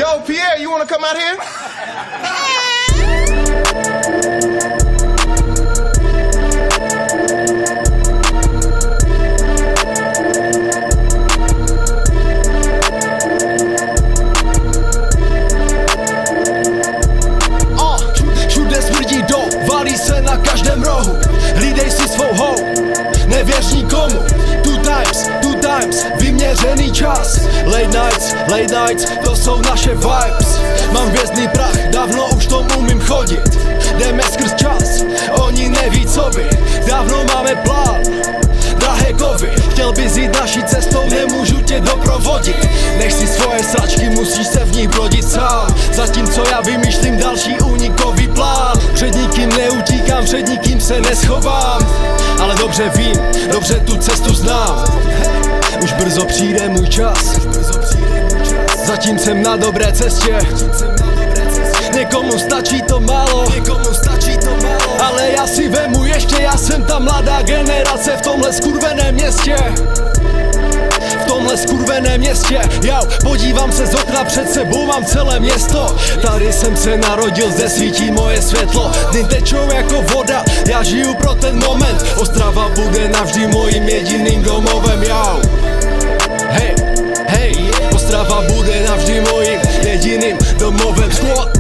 Yo, Pierre, you wanna come out here? Všude smrdí do, valí se na každém rohu. Hlídej si svou hou, nevěř nikomu. Two times, vyměřený čas. Late nights, to jsou naše vibes. Mám hvězdný prach, dávno už to umím chodit. Jdeme skrz čas, oni neví co by. Dávno máme plán, drahé kovy. Chtěl bys jít naší cestou, nemůžu tě doprovodit. Nech si svoje sračky, musíš se v nich brodit sám. Zatímco já vymýšlím další únikový plán. Před nikým neutíkám, před nikým se neschovám. Ale dobře vím, dobře tu cestu znám. Už brzo přijde můj čas. Zatím jsem na dobré cestě. Někomu stačí to málo, ale já si vemu ještě, já jsem ta mladá generace v tomhle skurveném městě. Jau, podívám se z okna, před sebou mám celé město. Tady jsem se narodil, zde svítí moje světlo. Dny tečou jako voda, já žiju pro ten moment. Ostrava bude navždy mojím jediným domovem, jau. Hej, Ostrava bude navždy mojím jediným domovem. Squad.